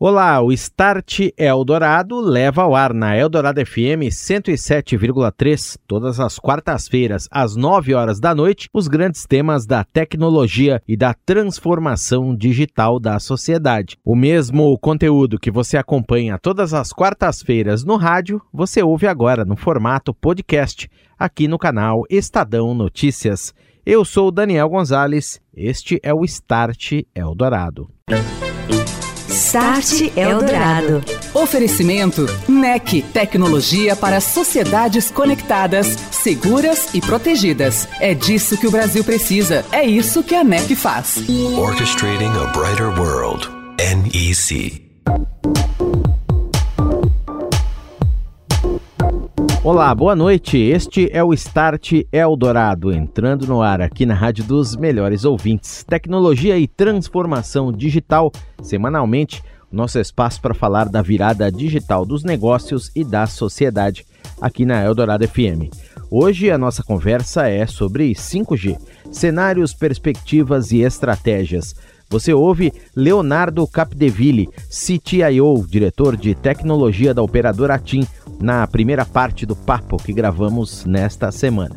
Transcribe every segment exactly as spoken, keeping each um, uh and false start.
Olá, o Start Eldorado leva ao ar na Eldorado F M cento e sete vírgula três, todas as quartas-feiras, às nove horas da noite, os grandes temas da tecnologia e da transformação digital da sociedade. O mesmo conteúdo que você acompanha todas as quartas-feiras no rádio, você ouve agora no formato podcast, aqui no canal Estadão Notícias. Eu sou o Daniel Gonzalez, este é o Start Eldorado. Start Eldorado. Oferecimento N E C, tecnologia para sociedades conectadas, seguras e protegidas. É disso que o Brasil precisa. É isso que a N E C faz. Orchestrating a Brighter World. N E C. Olá, boa noite. Este é o Start Eldorado, entrando no ar aqui na Rádio dos Melhores Ouvintes. Tecnologia e transformação digital, semanalmente, o nosso espaço para falar da virada digital dos negócios e da sociedade, aqui na Eldorado F M. Hoje a nossa conversa é sobre cinco G, cenários, perspectivas e estratégias. Você ouve Leonardo Capdeville, C T I O, diretor de tecnologia da operadora TIM, na primeira parte do papo que gravamos nesta semana.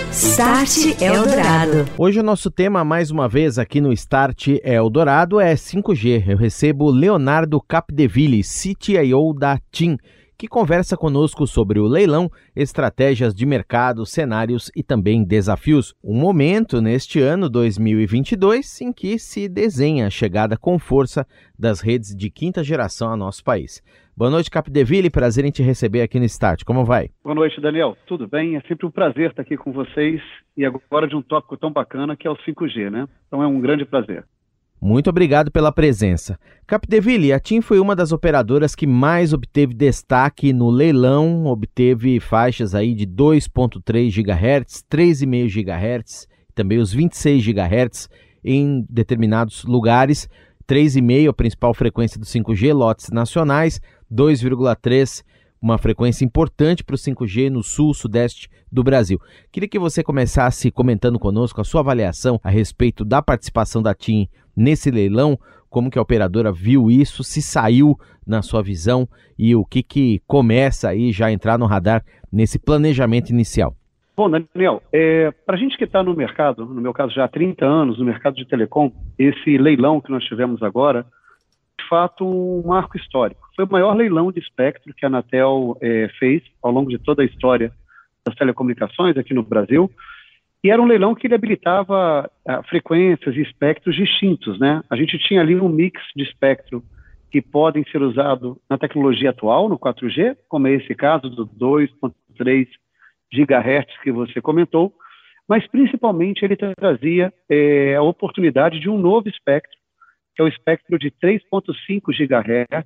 Start Eldorado. Hoje o nosso tema, mais uma vez aqui no Start Eldorado, é cinco G. Eu recebo Leonardo Capdeville, C T I O da TIM, que conversa conosco sobre o leilão, estratégias de mercado, cenários e também desafios. Um momento neste ano dois mil e vinte e dois em que se desenha a chegada com força das redes de quinta geração ao nosso país. Boa noite, Capdeville, prazer em te receber aqui no Start. Como vai? Boa noite, Daniel. Tudo bem? É sempre um prazer estar aqui com vocês e agora de um tópico tão bacana que é o cinco G, né? Então é um grande prazer. Muito obrigado pela presença. Capdeville, a TIM foi uma das operadoras que mais obteve destaque no leilão, obteve faixas aí de dois vírgula três gigahertz, três vírgula cinco gigahertz, também os vinte e seis gigahertz em determinados lugares, três vírgula cinco a principal frequência do cinco G, lotes nacionais, dois vírgula três uma frequência importante para o cinco G no sul, sudeste do Brasil. Queria que você começasse comentando conosco a sua avaliação a respeito da participação da TIM nesse leilão, como que a operadora viu isso, se saiu na sua visão e o que que começa aí já a entrar no radar nesse planejamento inicial. Bom, Daniel, é, para a gente que está no mercado, no meu caso já há trinta anos, no mercado de telecom, esse leilão que nós tivemos agora, de fato um marco histórico. Foi o maior leilão de espectro que a Anatel é, fez ao longo de toda a história das telecomunicações aqui no Brasil. E era um leilão que ele habilitava ah, frequências e espectros distintos, né? A gente tinha ali um mix de espectro que podem ser usados na tecnologia atual, no quatro G, como é esse caso do dois vírgula três gigahertz que você comentou, mas principalmente ele trazia é, a oportunidade de um novo espectro, que é o espectro de três vírgula cinco gigahertz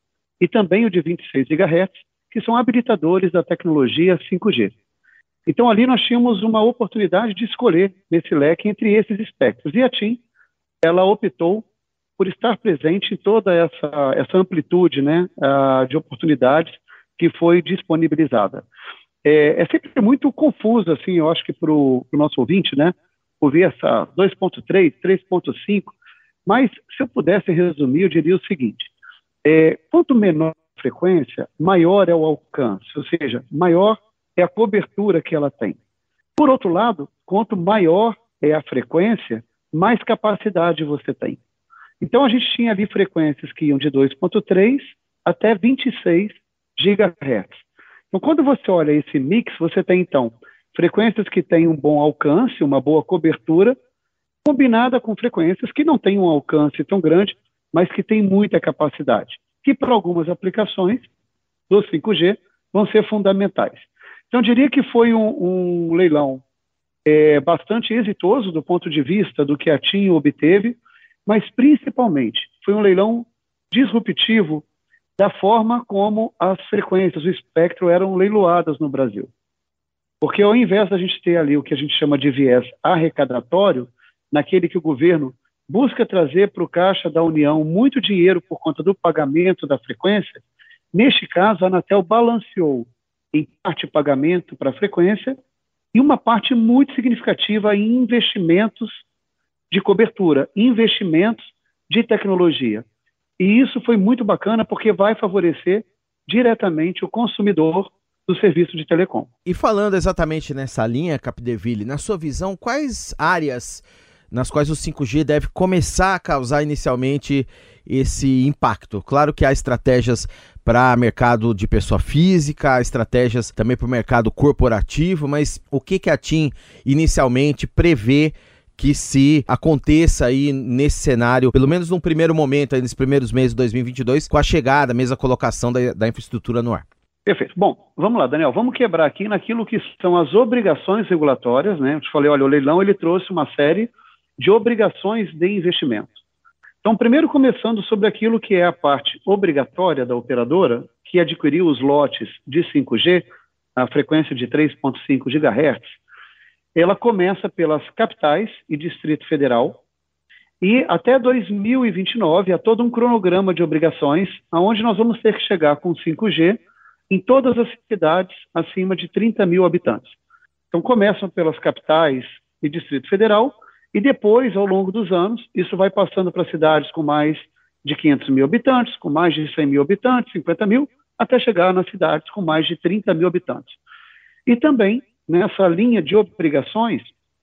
e também o de vinte e seis gigahertz, que são habilitadores da tecnologia cinco G. Então, ali nós tínhamos uma oportunidade de escolher nesse leque entre esses espectros. E a TIM, ela optou por estar presente em toda essa, essa amplitude, né, uh, de oportunidades que foi disponibilizada. É, é sempre muito confuso, assim, eu acho que para o nosso ouvinte, né, ouvir essa dois vírgula três, três vírgula cinco, mas se eu pudesse resumir, eu diria o seguinte, é, quanto menor a frequência, maior é o alcance, ou seja, maior é a cobertura que ela tem. Por outro lado, quanto maior é a frequência, mais capacidade você tem. Então, a gente tinha ali frequências que iam de dois vírgula três até vinte e seis gigahertz. Então, quando você olha esse mix, você tem, então, frequências que têm um bom alcance, uma boa cobertura, combinada com frequências que não têm um alcance tão grande, mas que têm muita capacidade, que para algumas aplicações do cinco G vão ser fundamentais. Então, eu diria que foi um, um leilão é, bastante exitoso do ponto de vista do que a TIM obteve, mas principalmente foi um leilão disruptivo da forma como as frequências, o espectro eram leiloadas no Brasil. Porque ao invés da gente ter ali o que a gente chama de viés arrecadatório, naquele que o governo busca trazer para o caixa da União muito dinheiro por conta do pagamento da frequência, neste caso a Anatel balanceou em parte pagamento para a frequência e uma parte muito significativa em investimentos de cobertura, investimentos de tecnologia. E isso foi muito bacana porque vai favorecer diretamente o consumidor do serviço de telecom. E falando exatamente nessa linha, Capdeville, na sua visão, quais áreas nas quais o cinco G deve começar a causar inicialmente esse impacto? Claro que há estratégias para mercado de pessoa física, há estratégias também para o mercado corporativo, mas o que, que a TIM inicialmente prevê que se aconteça aí nesse cenário, pelo menos num primeiro momento, aí nesses primeiros meses de dois mil e vinte e dois, com a chegada, mesmo a colocação da, da infraestrutura no ar? Perfeito. Bom, vamos lá, Daniel, vamos quebrar aqui naquilo que são as obrigações regulatórias, né? Eu te falei, olha, o leilão ele trouxe uma série de obrigações de investimento. Então, primeiro começando sobre aquilo que é a parte obrigatória da operadora, que adquiriu os lotes de cinco G, a frequência de três ponto cinco gigahertz, ela começa pelas capitais e Distrito Federal, e até dois mil e vinte e nove há todo um cronograma de obrigações, onde nós vamos ter que chegar com cinco G em todas as cidades acima de trinta mil habitantes. Então começam pelas capitais e Distrito Federal, e depois, ao longo dos anos, isso vai passando para cidades com mais de quinhentos mil habitantes, com mais de cem mil habitantes, cinquenta mil, até chegar nas cidades com mais de trinta mil habitantes. E também, nessa linha de obrigações,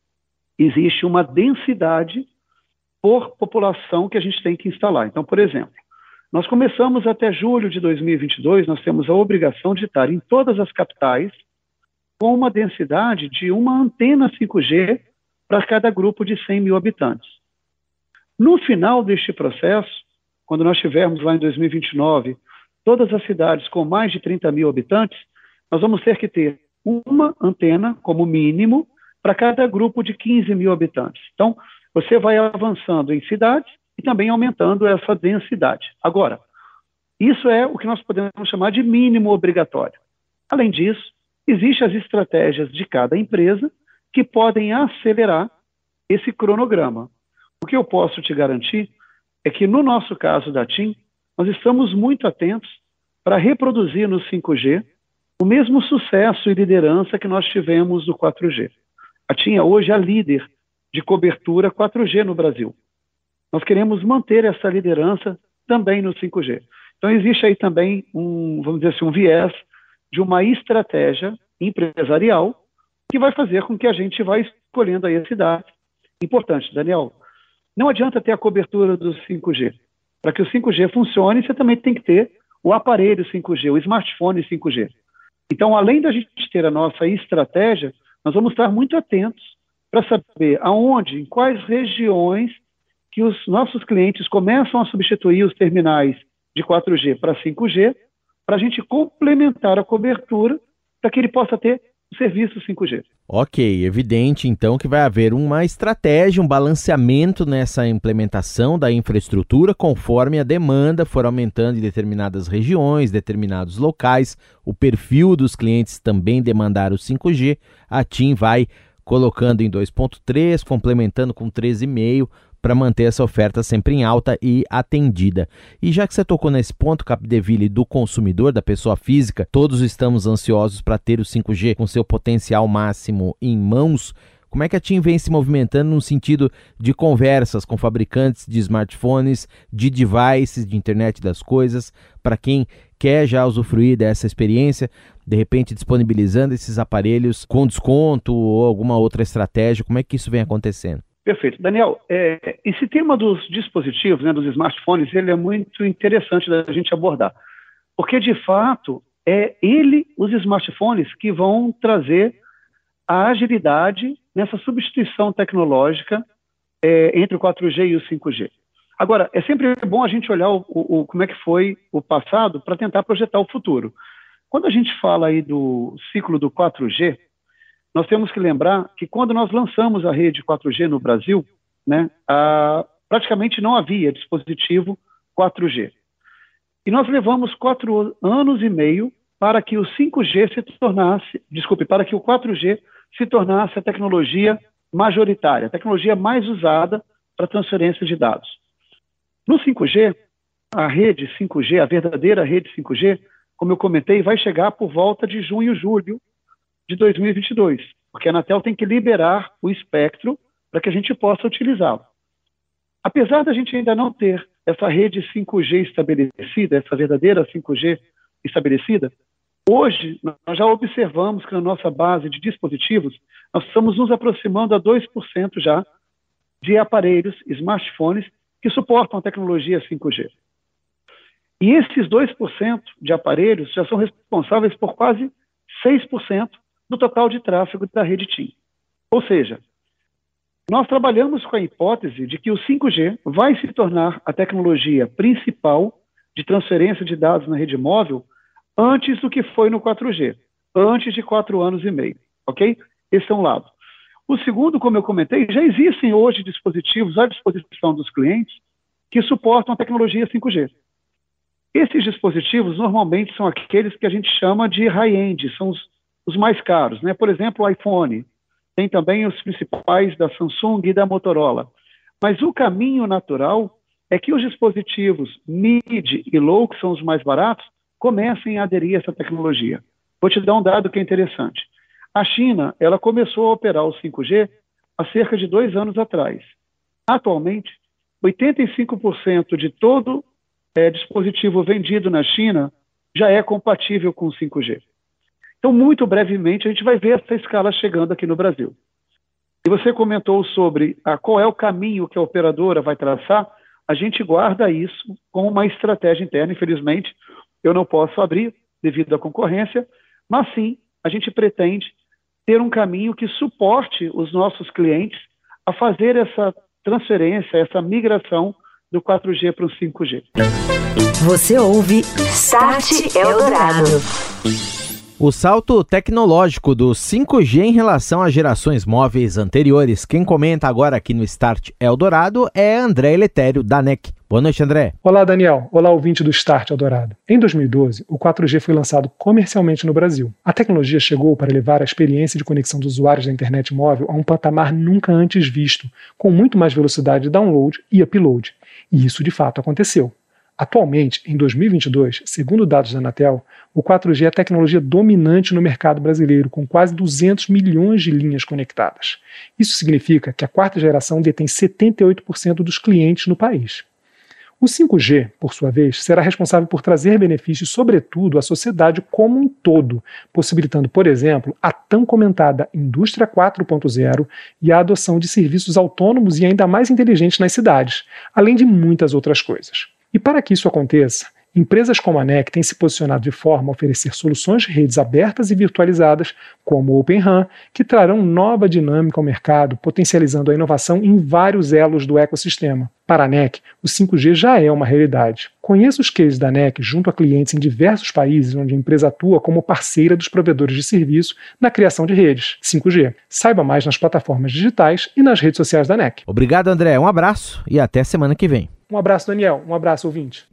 existe uma densidade por população que a gente tem que instalar. Então, por exemplo, nós começamos até julho de dois mil e vinte e dois, nós temos a obrigação de estar em todas as capitais com uma densidade de uma antena cinco G para cada grupo de cem mil habitantes. No final deste processo, quando nós tivermos lá em dois mil e vinte e nove todas as cidades com mais de trinta mil habitantes, nós vamos ter que ter uma antena como mínimo para cada grupo de quinze mil habitantes. Então, você vai avançando em cidades e também aumentando essa densidade. Agora, isso é o que nós podemos chamar de mínimo obrigatório. Além disso, existem as estratégias de cada empresa que podem acelerar esse cronograma. O que eu posso te garantir é que, no nosso caso da TIM, nós estamos muito atentos para reproduzir no cinco G o mesmo sucesso e liderança que nós tivemos no quatro G. A TIM é hoje a líder de cobertura quatro G no Brasil. Nós queremos manter essa liderança também no cinco G. Então existe aí também um, vamos dizer assim, um viés de uma estratégia empresarial que vai fazer com que a gente vá escolhendo aí a cidade. Importante, Daniel, não adianta ter a cobertura do cinco G. Para que o cinco G funcione, você também tem que ter o aparelho cinco G, o smartphone cinco G. Então, além da gente ter a nossa estratégia, nós vamos estar muito atentos para saber aonde, em quais regiões que os nossos clientes começam a substituir os terminais de quatro G para cinco G, para a gente complementar a cobertura para que ele possa ter o serviço cinco G. Ok, evidente então que vai haver uma estratégia, um balanceamento nessa implementação da infraestrutura conforme a demanda for aumentando em determinadas regiões, determinados locais, o perfil dos clientes também demandar o cinco G, a TIM vai colocando em dois ponto três, complementando com três vírgula cinco para manter essa oferta sempre em alta e atendida. E já que você tocou nesse ponto, Capdeville, do consumidor, da pessoa física, todos estamos ansiosos para ter o cinco G com seu potencial máximo em mãos. Como é que a TIM vem se movimentando no sentido de conversas com fabricantes de smartphones, de devices, de internet das coisas, para quem quer já usufruir dessa experiência, de repente disponibilizando esses aparelhos com desconto ou alguma outra estratégia? Como é que isso vem acontecendo? Perfeito. Daniel, é, esse tema dos dispositivos, né, dos smartphones, ele é muito interessante da gente abordar, porque, de fato, é ele, os smartphones, que vão trazer a agilidade nessa substituição tecnológica é, entre o quatro G e o cinco G. Agora, é sempre bom a gente olhar o, o, como é que foi o passado para tentar projetar o futuro. Quando a gente fala aí do ciclo do quatro G, nós temos que lembrar que quando nós lançamos a rede quatro G no Brasil, né, a, praticamente não havia dispositivo quatro G. E nós levamos quatro anos e meio para que o cinco G se tornasse, desculpe, para que o quatro G se tornasse a tecnologia majoritária, a tecnologia mais usada para transferência de dados. No cinco G, a rede cinco G, a verdadeira rede cinco G, como eu comentei, vai chegar por volta de junho, julho de dois mil e vinte e dois, porque a Anatel tem que liberar o espectro para que a gente possa utilizá-lo. Apesar da gente ainda não ter essa rede cinco G estabelecida, essa verdadeira cinco G estabelecida, hoje nós já observamos que na nossa base de dispositivos, nós estamos nos aproximando a dois por cento já de aparelhos, smartphones, que suportam a tecnologia cinco G. E esses dois por cento de aparelhos já são responsáveis por quase seis por cento do total de tráfego da rede TIM. Ou seja, nós trabalhamos com a hipótese de que o cinco G vai se tornar a tecnologia principal de transferência de dados na rede móvel antes do que foi no quatro G, antes de quatro anos e meio, ok? Esse é um lado. O segundo, como eu comentei, já existem hoje dispositivos à disposição dos clientes que suportam a tecnologia cinco G. Esses dispositivos normalmente são aqueles que a gente chama de high-end, são os, os mais caros, né? Por exemplo, o iPhone, tem também os principais da Samsung e da Motorola. Mas o caminho natural é que os dispositivos mid e low, que são os mais baratos, comecem a aderir a essa tecnologia. Vou te dar um dado que é interessante. A China, ela começou a operar o cinco G há cerca de dois anos atrás. Atualmente, oitenta e cinco por cento de todo é, dispositivo vendido na China já é compatível com o cinco G. Então, muito brevemente, a gente vai ver essa escala chegando aqui no Brasil. E você comentou sobre a, qual é o caminho que a operadora vai traçar. A gente guarda isso como uma estratégia interna. Infelizmente, eu não posso abrir devido à concorrência, mas sim, a gente pretende ter um caminho que suporte os nossos clientes a fazer essa transferência, essa migração do quatro G para o cinco G. Você ouve Start Eldorado. O salto tecnológico do cinco G em relação às gerações móveis anteriores. Quem comenta agora aqui no Start Eldorado é André Eletério, da N E C. Boa noite, André. Olá, Daniel. Olá, ouvinte do Start Eldorado. Em dois mil e doze, o quatro G foi lançado comercialmente no Brasil. A tecnologia chegou para levar a experiência de conexão dos usuários da internet móvel a um patamar nunca antes visto, com muito mais velocidade de download e upload. E isso, de fato, aconteceu. Atualmente, em dois mil e vinte e dois, segundo dados da Anatel, o quatro G é a tecnologia dominante no mercado brasileiro, com quase duzentos milhões de linhas conectadas. Isso significa que a quarta geração detém setenta e oito por cento dos clientes no país. O cinco G, por sua vez, será responsável por trazer benefícios, sobretudo, à sociedade como um todo, possibilitando, por exemplo, a tão comentada Indústria quatro ponto zero e a adoção de serviços autônomos e ainda mais inteligentes nas cidades, além de muitas outras coisas. E para que isso aconteça, empresas como a N E C têm se posicionado de forma a oferecer soluções de redes abertas e virtualizadas, como o Open RAN, que trarão nova dinâmica ao mercado, potencializando a inovação em vários elos do ecossistema. Para a N E C, o cinco G já é uma realidade. Conheça os cases da N E C junto a clientes em diversos países onde a empresa atua como parceira dos provedores de serviço na criação de redes cinco G. Saiba mais nas plataformas digitais e nas redes sociais da N E C. Obrigado, André. Um abraço e até semana que vem. Um abraço, Daniel. Um abraço, ouvinte.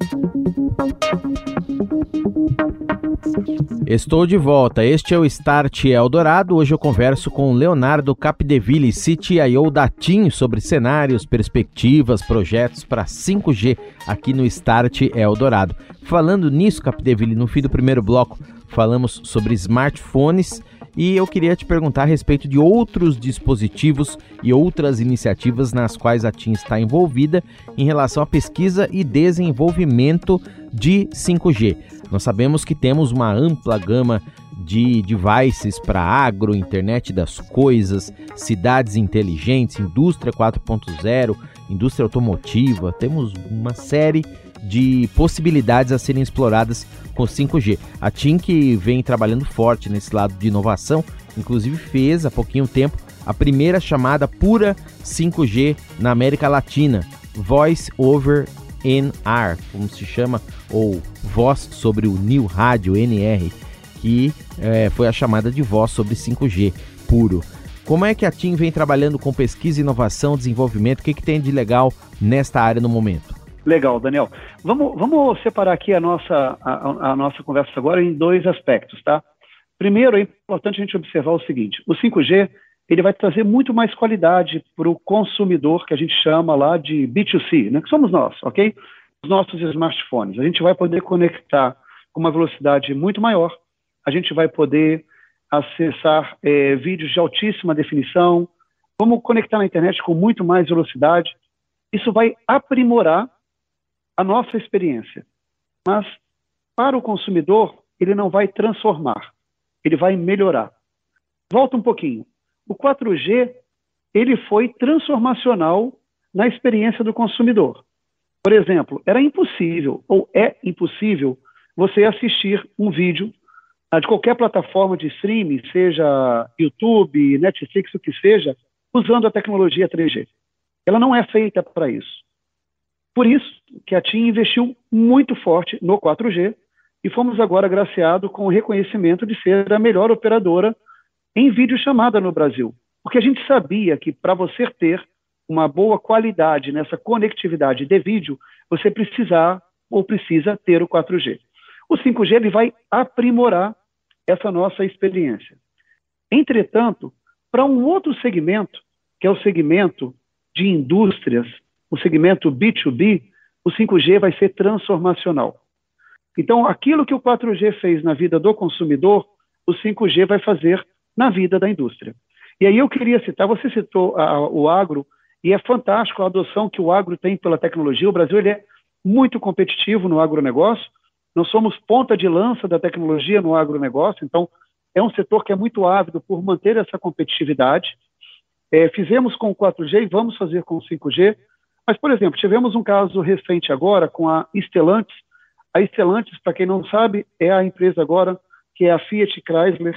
Estou de volta. Este é o Start Eldorado. Hoje eu converso com Leonardo Capdeville, C T I O da TIM, sobre cenários, perspectivas, projetos para cinco G aqui no Start Eldorado. Falando nisso, Capdeville, no fim do primeiro bloco falamos sobre smartphones e eu queria te perguntar a respeito de outros dispositivos e outras iniciativas nas quais a TIM está envolvida em relação à pesquisa e desenvolvimento de cinco G. Nós sabemos que temos uma ampla gama de devices para agro, internet das coisas, cidades inteligentes, indústria quatro ponto zero, indústria automotiva. Temos uma série de possibilidades a serem exploradas com cinco G. A TIM, que vem trabalhando forte nesse lado de inovação, inclusive fez há pouquinho tempo a primeira chamada pura cinco G na América Latina, Voice over N R, como se chama, ou Voz sobre o New Rádio, N R, que é, foi a chamada de voz sobre cinco G puro. Como é que a TIM vem trabalhando com pesquisa, inovação, desenvolvimento? O que, que tem de legal nesta área no momento? Legal, Daniel. Vamos, vamos separar aqui a nossa, a, a nossa conversa agora em dois aspectos, tá? Primeiro, é importante a gente observar o seguinte: o cinco G ele vai trazer muito mais qualidade para o consumidor, que a gente chama lá de B dois C, né? Que somos nós, ok? Os nossos smartphones. A gente vai poder conectar com uma velocidade muito maior, a gente vai poder acessar é, vídeos de altíssima definição, vamos conectar na internet com muito mais velocidade. Isso vai aprimorar a nossa experiência. Mas, para o consumidor, ele não vai transformar, ele vai melhorar. Volta um pouquinho. O quatro G, ele foi transformacional na experiência do consumidor. Por exemplo, era impossível, ou é impossível, você assistir um vídeo de qualquer plataforma de streaming, seja YouTube, Netflix, o que seja, usando a tecnologia três G. Ela não é feita para isso. Por isso que a TIM investiu muito forte no quatro G e fomos agora agraciados com o reconhecimento de ser a melhor operadora em videochamada no Brasil. Porque a gente sabia que para você ter uma boa qualidade nessa conectividade de vídeo, você precisar ou precisa ter o quatro G. O cinco G ele vai aprimorar essa nossa experiência. Entretanto, para um outro segmento, que é o segmento de indústrias, o segmento B dois B, o cinco G vai ser transformacional. Então, aquilo que o quatro G fez na vida do consumidor, o cinco G vai fazer na vida da indústria. E aí eu queria citar, você citou a, o agro, e é fantástico a adoção que o agro tem pela tecnologia. O Brasil ele é muito competitivo no agronegócio, nós somos ponta de lança da tecnologia no agronegócio, então é um setor que é muito ávido por manter essa competitividade. É, fizemos com o quatro G e vamos fazer com o cinco G, mas, por exemplo, tivemos um caso recente agora com a Stellantis. A Stellantis, para quem não sabe, é a empresa agora que é a Fiat Chrysler,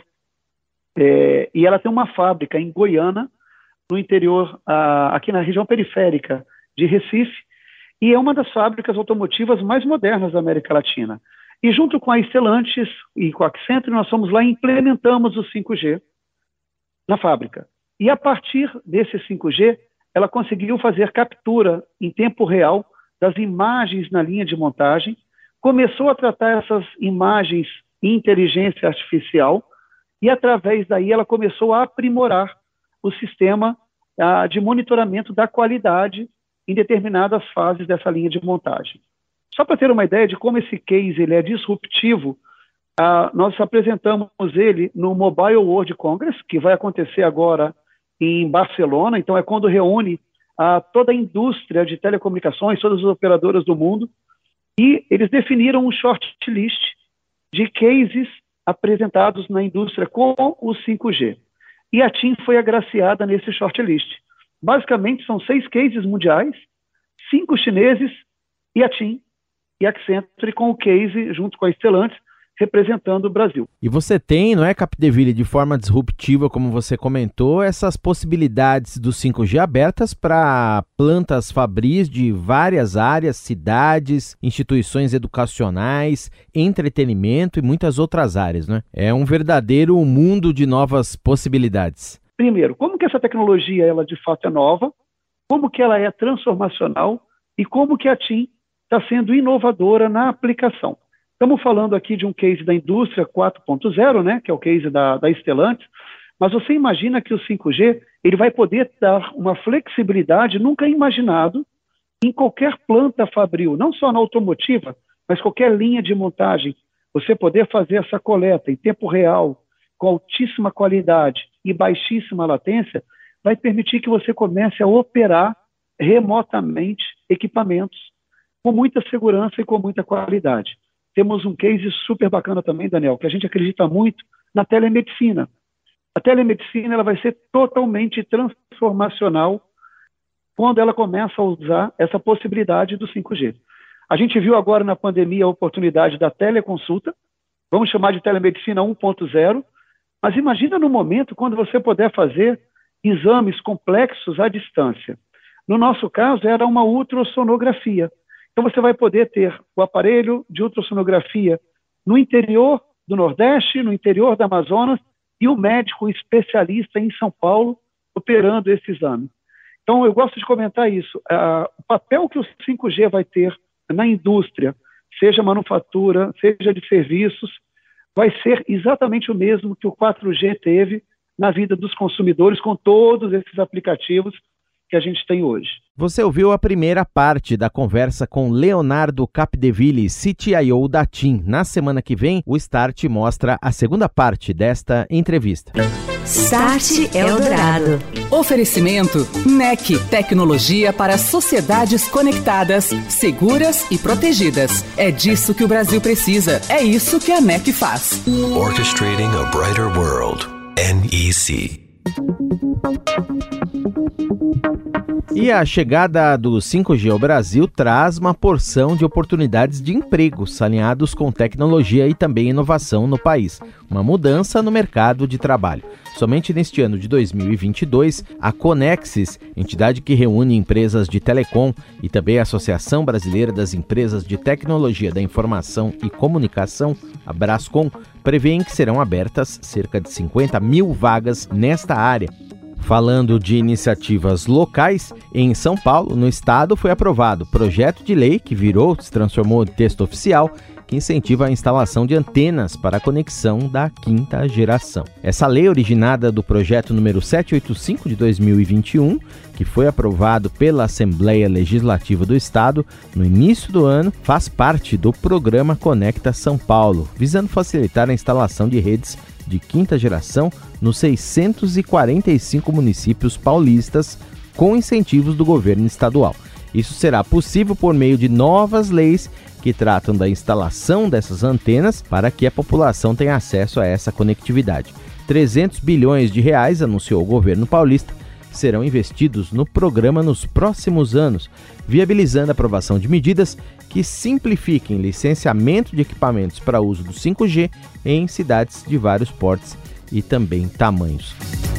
é, e ela tem uma fábrica em Goiânia, no interior, a, aqui na região periférica de Recife, e é uma das fábricas automotivas mais modernas da América Latina. E junto com a Stellantis e com a Accenture, nós fomos lá e implementamos o cinco G na fábrica. E a partir desse cinco G, ela conseguiu fazer captura em tempo real das imagens na linha de montagem, começou a tratar essas imagens em inteligência artificial e, através daí, ela começou a aprimorar o sistema ah, de monitoramento da qualidade em determinadas fases dessa linha de montagem. Só para ter uma ideia de como esse case ele é disruptivo, ah, nós apresentamos ele no Mobile World Congress, que vai acontecer agora em Barcelona. Então é quando reúne ah, toda a indústria de telecomunicações, todas as operadoras do mundo, e eles definiram um shortlist de cases apresentados na indústria com o cinco G. E a TIM foi agraciada nesse shortlist. Basicamente, são seis cases mundiais, cinco chineses e a TIM e a Accenture com o case, junto com a Stellantis, representando o Brasil. E você tem, não é, Capdeville, de forma disruptiva, como você comentou, essas possibilidades do cinco G abertas para plantas fabris de várias áreas, cidades, instituições educacionais, entretenimento e muitas outras áreas, né? É um verdadeiro mundo de novas possibilidades. Primeiro, como que essa tecnologia ela de fato é nova, como que ela é transformacional e como que a TIM está sendo inovadora na aplicação. Estamos falando aqui de um case da indústria quatro ponto zero, né, que é o case da, da Stellantis, mas você imagina que o cinco G ele vai poder dar uma flexibilidade nunca imaginado em qualquer planta fabril, não só na automotiva, mas qualquer linha de montagem. Você poder fazer essa coleta em tempo real, com altíssima qualidade e baixíssima latência, vai permitir que você comece a operar remotamente equipamentos com muita segurança e com muita qualidade. Temos um case super bacana também, Daniel, que a gente acredita muito na telemedicina. A telemedicina ela vai ser totalmente transformacional quando ela começa a usar essa possibilidade do cinco G. A gente viu agora na pandemia a oportunidade da teleconsulta, vamos chamar de telemedicina um ponto zero, mas imagina no momento quando você puder fazer exames complexos à distância. No nosso caso, era uma ultrassonografia. Então você vai poder ter o aparelho de ultrassonografia no interior do Nordeste, no interior da Amazonas, e o médico especialista em São Paulo operando esse exame. Então eu gosto de comentar isso. Uh, o papel que o cinco G vai ter na indústria, seja manufatura, seja de serviços, vai ser exatamente o mesmo que o quatro G teve na vida dos consumidores com todos esses aplicativos que a gente tem hoje. Você ouviu a primeira parte da conversa com Leonardo Capdeville, C T I O da TIM. Na semana que vem, o Start mostra a segunda parte desta entrevista. Start Eldorado. Oferecimento N E C, tecnologia para sociedades conectadas, seguras e protegidas. É disso que o Brasil precisa. É isso que a N E C faz. Orchestrating a brighter world. N E C. E a chegada do cinco G ao Brasil traz uma porção de oportunidades de empregos alinhados com tecnologia e também inovação no país. Uma mudança no mercado de trabalho. Somente neste ano de dois mil e vinte e dois, a Conexis, entidade que reúne empresas de telecom e também a Associação Brasileira das Empresas de Tecnologia da Informação e Comunicação, a Brascom, prevêem que serão abertas cerca de cinquenta mil vagas nesta área. Falando de iniciativas locais, em São Paulo, no estado, foi aprovado projeto de lei que virou, se transformou em texto oficial, que incentiva a instalação de antenas para a conexão da quinta geração. Essa lei, originada do projeto número setecentos e oitenta e cinco de dois mil e vinte e um, que foi aprovado pela Assembleia Legislativa do Estado no início do ano, faz parte do programa Conecta São Paulo, visando facilitar a instalação de redes de quinta geração nos seiscentos e quarenta e cinco municípios paulistas com incentivos do governo estadual. Isso será possível por meio de novas leis que tratam da instalação dessas antenas para que a população tenha acesso a essa conectividade. trezentos bilhões de reais, anunciou o governo paulista, serão investidos no programa nos próximos anos, viabilizando a aprovação de medidas que simplifiquem licenciamento de equipamentos para uso do cinco G em cidades de vários portes e também tamanhos.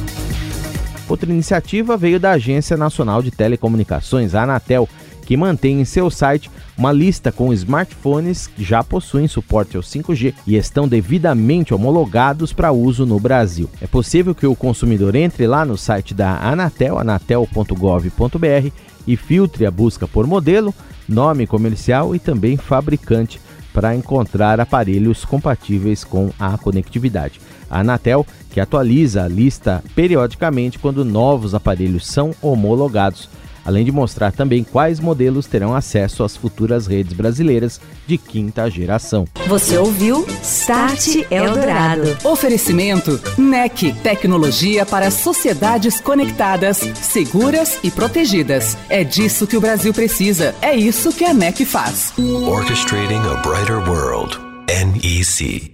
Outra iniciativa veio da Agência Nacional de Telecomunicações, a Anatel, que mantém em seu site uma lista com smartphones que já possuem suporte ao cinco G e estão devidamente homologados para uso no Brasil. É possível que o consumidor entre lá no site da Anatel, anatel ponto gov ponto br, e filtre a busca por modelo, nome comercial e também fabricante para encontrar aparelhos compatíveis com a conectividade. A Anatel, que atualiza a lista periodicamente quando novos aparelhos são homologados, além de mostrar também quais modelos terão acesso às futuras redes brasileiras de quinta geração. Você ouviu Start Eldorado. Oferecimento N E C, tecnologia para sociedades conectadas, seguras e protegidas. É disso que o Brasil precisa. É isso que a N E C faz. Orchestrating a brighter world. N E C.